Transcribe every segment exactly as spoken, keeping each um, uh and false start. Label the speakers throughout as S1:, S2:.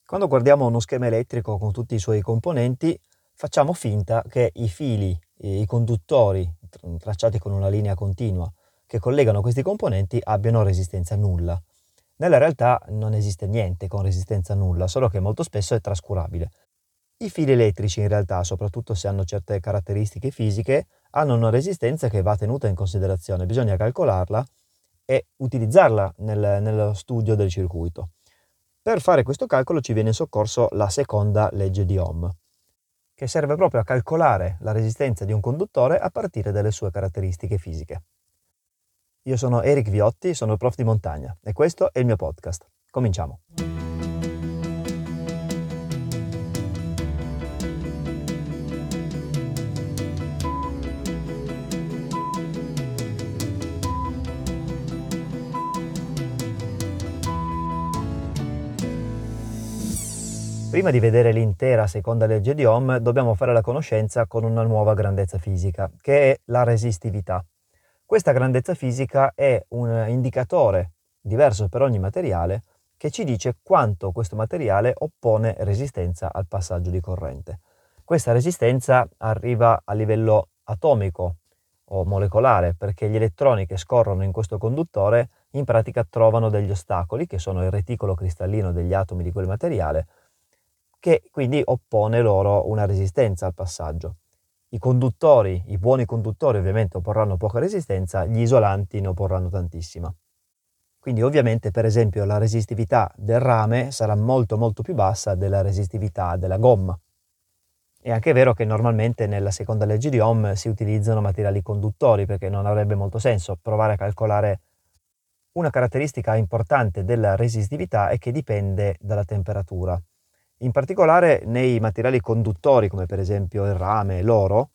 S1: Quando guardiamo uno schema elettrico con tutti i suoi componenti, facciamo finta che i fili, i conduttori tracciati con una linea continua che collegano questi componenti abbiano resistenza nulla. Nella realtà non esiste niente con resistenza nulla, solo che molto spesso è trascurabile. I fili elettrici in realtà, soprattutto se hanno certe caratteristiche fisiche, hanno una resistenza che va tenuta in considerazione, bisogna calcolarla e utilizzarla nel, nello studio del circuito. Per fare questo calcolo ci viene in soccorso la seconda legge di Ohm, che serve proprio a calcolare la resistenza di un conduttore a partire dalle sue caratteristiche fisiche. Io sono Eric Viotti, sono il prof di montagna e questo è il mio podcast. Cominciamo! Prima di vedere l'intera seconda legge di Ohm, dobbiamo fare la conoscenza con una nuova grandezza fisica, che è la resistività. Questa grandezza fisica è un indicatore diverso per ogni materiale che ci dice quanto questo materiale oppone resistenza al passaggio di corrente. Questa resistenza arriva a livello atomico o molecolare, perché gli elettroni che scorrono in questo conduttore in pratica trovano degli ostacoli, che sono il reticolo cristallino degli atomi di quel materiale, che quindi oppone loro una resistenza al passaggio. I conduttori, i buoni conduttori ovviamente opporranno poca resistenza, gli isolanti ne opporranno tantissima. Quindi ovviamente per esempio la resistività del rame sarà molto molto più bassa della resistività della gomma. È anche vero che normalmente nella seconda legge di Ohm si utilizzano materiali conduttori, perché non avrebbe molto senso provare a calcolare una caratteristica importante della resistività è che dipende dalla temperatura. In particolare nei materiali conduttori, come per esempio il rame, l'oro,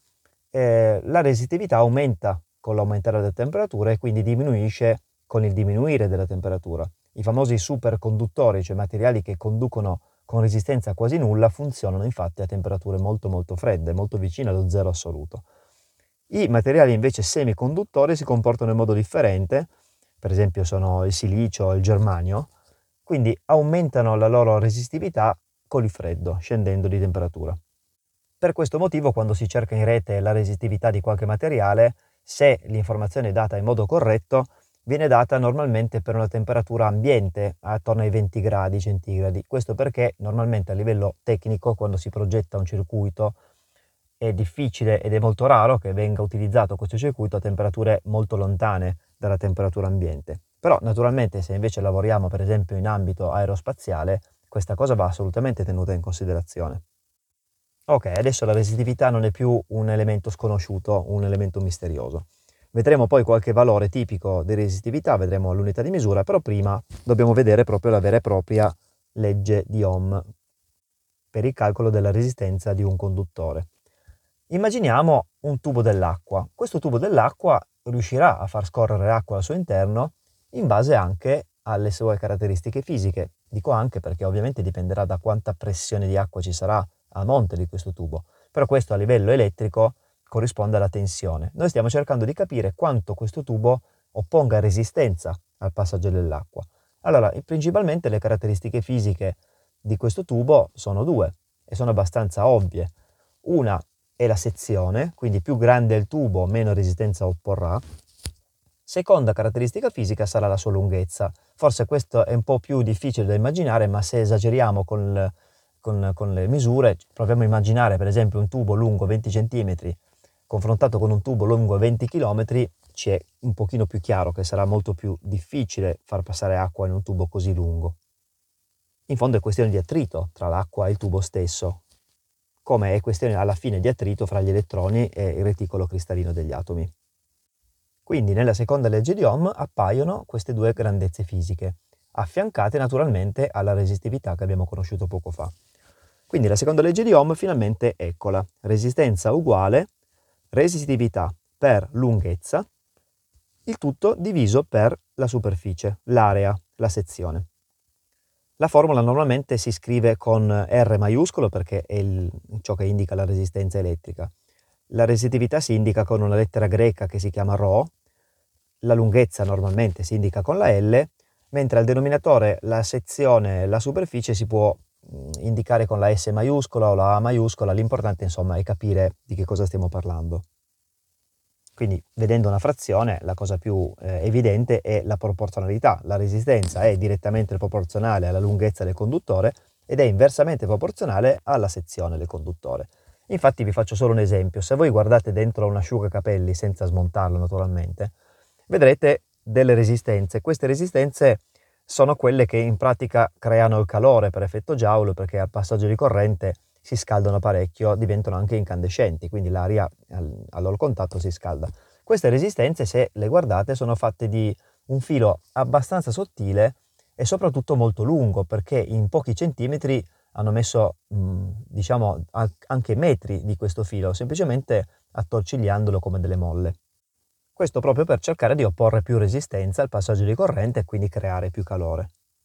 S1: eh, la resistività aumenta con l'aumentare della temperatura e quindi diminuisce con il diminuire della temperatura. I famosi superconduttori, cioè materiali che conducono con resistenza quasi nulla, funzionano infatti a temperature molto molto fredde, molto vicine allo zero assoluto. I materiali invece semiconduttori si comportano in modo differente, per esempio sono il silicio e il germanio, quindi aumentano la loro resistività con il freddo, scendendo di temperatura. Per questo motivo, quando si cerca in rete la resistività di qualche materiale, se l'informazione è data in modo corretto, viene data normalmente per una temperatura ambiente, attorno ai venti gradi centigradi. Questo perché normalmente a livello tecnico, quando si progetta un circuito, è difficile ed è molto raro che venga utilizzato questo circuito a temperature molto lontane dalla temperatura ambiente. Però naturalmente se invece lavoriamo per esempio in ambito aerospaziale, questa cosa va assolutamente tenuta in considerazione. Ok, adesso la resistività non è più un elemento sconosciuto, un elemento misterioso. Vedremo poi qualche valore tipico di resistività, vedremo l'unità di misura, però prima dobbiamo vedere proprio la vera e propria legge di Ohm per il calcolo della resistenza di un conduttore. Immaginiamo un tubo dell'acqua. Questo tubo dell'acqua riuscirà a far scorrere acqua al suo interno in base anche alle sue caratteristiche fisiche. Dico anche perché ovviamente dipenderà da quanta pressione di acqua ci sarà a monte di questo tubo, però questo a livello elettrico corrisponde alla tensione. Noi stiamo cercando di capire quanto questo tubo opponga resistenza al passaggio dell'acqua. Allora, principalmente le caratteristiche fisiche di questo tubo sono due e sono abbastanza ovvie. Una è la sezione, quindi più grande è il tubo, meno resistenza opporrà. Seconda caratteristica fisica sarà la sua lunghezza. Forse questo è un po' più difficile da immaginare, ma se esageriamo con, le, con, con le misure, proviamo a immaginare per esempio un tubo lungo venti centimetri confrontato con un tubo lungo venti chilometri, ci è un pochino più chiaro che sarà molto più difficile far passare acqua in un tubo così lungo. In fondo è questione di attrito tra l'acqua e il tubo stesso, come è questione alla fine di attrito fra gli elettroni e il reticolo cristallino degli atomi. Quindi nella seconda legge di Ohm appaiono queste due grandezze fisiche, affiancate naturalmente alla resistività che abbiamo conosciuto poco fa. Quindi la seconda legge di Ohm finalmente eccola: resistenza uguale resistività per lunghezza, il tutto diviso per la superficie, l'area, la sezione. La formula normalmente si scrive con R maiuscolo perché è il, ciò che indica la resistenza elettrica. La resistività si indica con una lettera greca che si chiama ρ, la lunghezza normalmente si indica con la L, mentre al denominatore la sezione e la superficie si può indicare con la S maiuscola o la A maiuscola, l'importante insomma è capire di che cosa stiamo parlando. Quindi vedendo una frazione la cosa più eh, evidente è la proporzionalità, la resistenza è direttamente proporzionale alla lunghezza del conduttore ed è inversamente proporzionale alla sezione del conduttore. Infatti vi faccio solo un esempio: se voi guardate dentro un asciugacapelli senza smontarlo naturalmente, vedrete delle resistenze. Queste resistenze sono quelle che in pratica creano il calore per effetto Joule, perché al passaggio di corrente si scaldano parecchio, diventano anche incandescenti, quindi l'aria al, al loro contatto si scalda. Queste resistenze, se le guardate, sono fatte di un filo abbastanza sottile e soprattutto molto lungo, perché in pochi centimetri hanno messo, mh, diciamo, anche metri di questo filo, semplicemente attorcigliandolo come delle molle. Questo proprio per cercare di opporre più resistenza al passaggio di corrente e quindi creare più calore.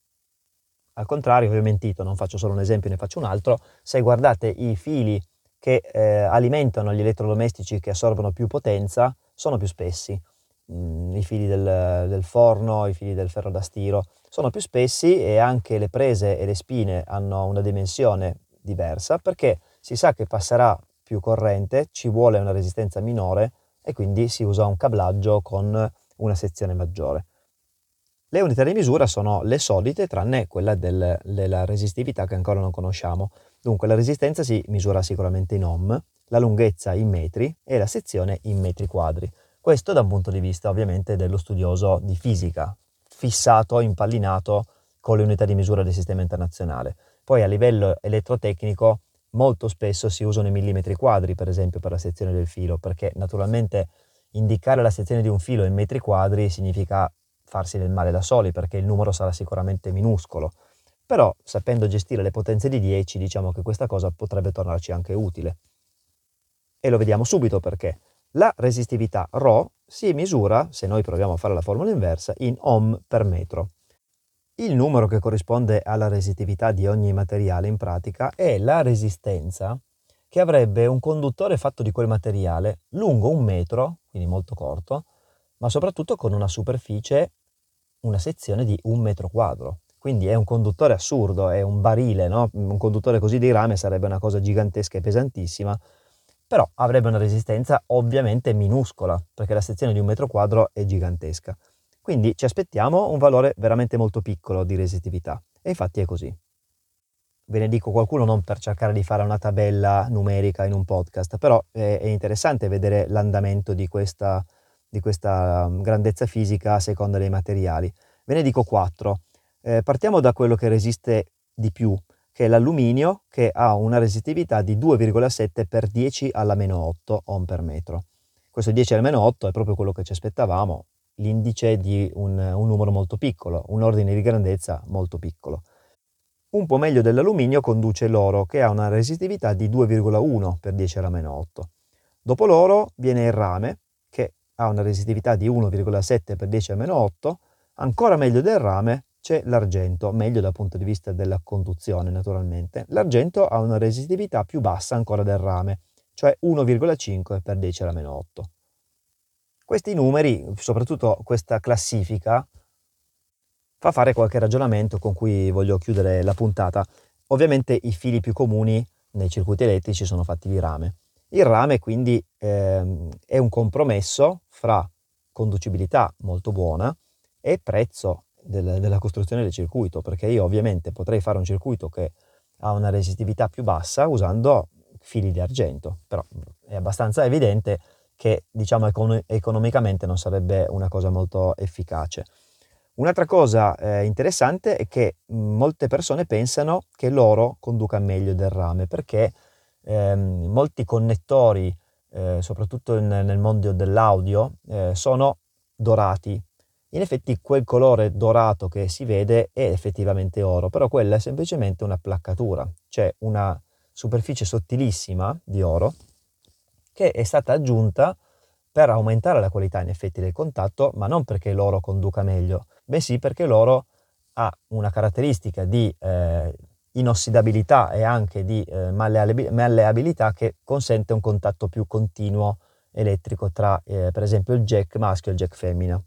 S1: Al contrario, vi ho mentito, non faccio solo un esempio, ne faccio un altro. Se guardate i fili che eh, alimentano gli elettrodomestici che assorbono più potenza, sono più spessi. Mm, I fili del, del forno, i fili del ferro da stiro sono più spessi e anche le prese e le spine hanno una dimensione diversa, perché si sa che passerà più corrente, ci vuole una resistenza minore e quindi si usa un cablaggio con una sezione maggiore. Le unità di misura sono le solite, tranne quella del, della resistività che ancora non conosciamo. Dunque la resistenza si misura sicuramente in ohm, la lunghezza in metri e la sezione in metri quadri. Questo da un punto di vista ovviamente dello studioso di fisica, fissato, impallinato con le unità di misura del sistema internazionale. Poi a livello elettrotecnico molto spesso si usano i millimetri quadri, per esempio, per la sezione del filo, perché naturalmente indicare la sezione di un filo in metri quadri significa farsi del male da soli, perché il numero sarà sicuramente minuscolo, però sapendo gestire le potenze di dieci diciamo che questa cosa potrebbe tornarci anche utile. E lo vediamo subito perché. La resistività ρ si misura, se noi proviamo a fare la formula inversa, in ohm per metro. Il numero che corrisponde alla resistività di ogni materiale in pratica è la resistenza che avrebbe un conduttore fatto di quel materiale lungo un metro, quindi molto corto, ma soprattutto con una superficie, una sezione di un metro quadro. Quindi è un conduttore assurdo, è un barile, no? Un conduttore così di rame sarebbe una cosa gigantesca e pesantissima, però avrebbe una resistenza ovviamente minuscola, perché la sezione di un metro quadro è gigantesca. Quindi ci aspettiamo un valore veramente molto piccolo di resistività, e infatti è così. Ve ne dico qualcuno non per cercare di fare una tabella numerica in un podcast, però è, è interessante vedere l'andamento di questa, di questa grandezza fisica a seconda dei materiali. Ve ne dico quattro. Eh, partiamo da quello che resiste di più, che è l'alluminio, che ha una resistività di due virgola sette per dieci alla meno otto ohm per metro. Questo dieci alla meno otto è proprio quello che ci aspettavamo, l'indice di un, un numero molto piccolo, un ordine di grandezza molto piccolo. Un po' meglio dell'alluminio conduce l'oro, che ha una resistività di due virgola uno per dieci alla meno otto. Dopo l'oro viene il rame, che ha una resistività di uno virgola sette per dieci alla meno otto. Ancora meglio del rame c'è l'argento, meglio dal punto di vista della conduzione naturalmente. L'argento ha una resistività più bassa ancora del rame, cioè uno virgola cinque per dieci alla meno otto. Questi numeri, soprattutto questa classifica, fa fare qualche ragionamento con cui voglio chiudere la puntata. Ovviamente i fili più comuni nei circuiti elettrici sono fatti di rame. Il rame quindi ehm, è un compromesso fra conducibilità molto buona e prezzo del, della costruzione del circuito, perché io ovviamente potrei fare un circuito che ha una resistività più bassa usando fili di argento, però è abbastanza evidente che diciamo econ- economicamente non sarebbe una cosa molto efficace. Un'altra cosa eh, interessante è che mh, molte persone pensano che l'oro conduca meglio del rame, perché ehm, molti connettori, eh, soprattutto in- nel mondo dell'audio, eh, sono dorati. In effetti quel colore dorato che si vede è effettivamente oro, però quella è semplicemente una placcatura, cioè una superficie sottilissima di oro che è stata aggiunta per aumentare la qualità in effetti del contatto, ma non perché l'oro conduca meglio, bensì perché l'oro ha una caratteristica di eh, inossidabilità e anche di eh, malleabil- malleabilità che consente un contatto più continuo elettrico tra eh, per esempio il jack maschio e il jack femmina.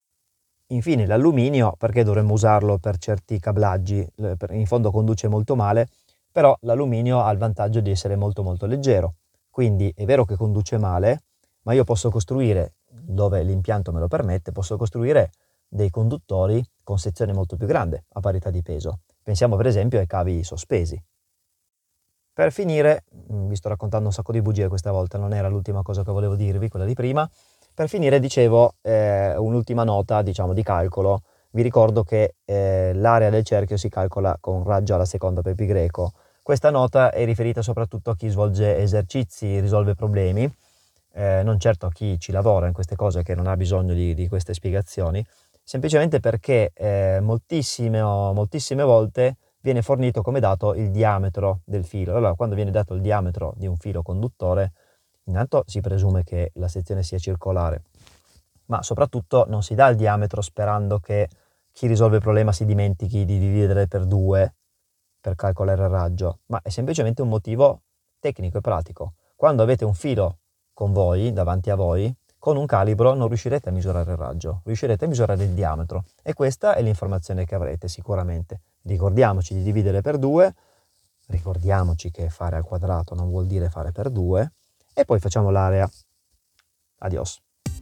S1: Infine l'alluminio, perché dovremmo usarlo per certi cablaggi? In fondo conduce molto male, però l'alluminio ha il vantaggio di essere molto molto leggero, quindi è vero che conduce male, ma io posso costruire, dove l'impianto me lo permette, posso costruire dei conduttori con sezione molto più grande a parità di peso. Pensiamo per esempio ai cavi sospesi. Per finire, vi sto raccontando un sacco di bugie questa volta, non era l'ultima cosa che volevo dirvi, quella di prima. Per finire dicevo eh, un'ultima nota, diciamo, di calcolo. Vi ricordo che eh, l'area del cerchio si calcola con raggio alla seconda per pi greco. Questa nota è riferita soprattutto a chi svolge esercizi, risolve problemi, eh, non certo a chi ci lavora in queste cose, che non ha bisogno di, di queste spiegazioni, semplicemente perché eh, moltissime, moltissime volte viene fornito come dato il diametro del filo. Allora, quando viene dato il diametro di un filo conduttore, intanto si presume che la sezione sia circolare, ma soprattutto non si dà il diametro sperando che chi risolve il problema si dimentichi di dividere per due per calcolare il raggio, ma è semplicemente un motivo tecnico e pratico. Quando avete un filo con voi, davanti a voi, con un calibro non riuscirete a misurare il raggio, riuscirete a misurare il diametro, e questa è l'informazione che avrete sicuramente. Ricordiamoci di dividere per due, ricordiamoci che fare al quadrato non vuol dire fare per due, e poi facciamo l'area. Adios.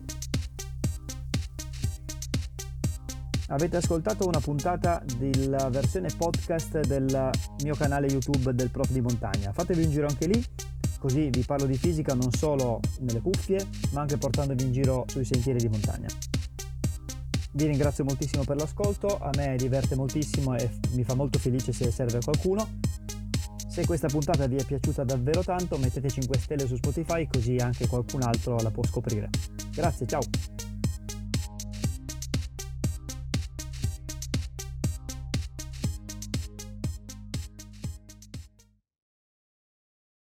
S2: Avete ascoltato una puntata della versione podcast del mio canale YouTube del Prof di Montagna. Fatevi un giro anche lì, così vi parlo di fisica non solo nelle cuffie, ma anche portandovi in giro sui sentieri di montagna. Vi ringrazio moltissimo per l'ascolto, a me diverte moltissimo e mi fa molto felice se serve a qualcuno. Se questa puntata vi è piaciuta davvero tanto, mettete cinque stelle su Spotify, così anche qualcun altro la può scoprire. Grazie, ciao!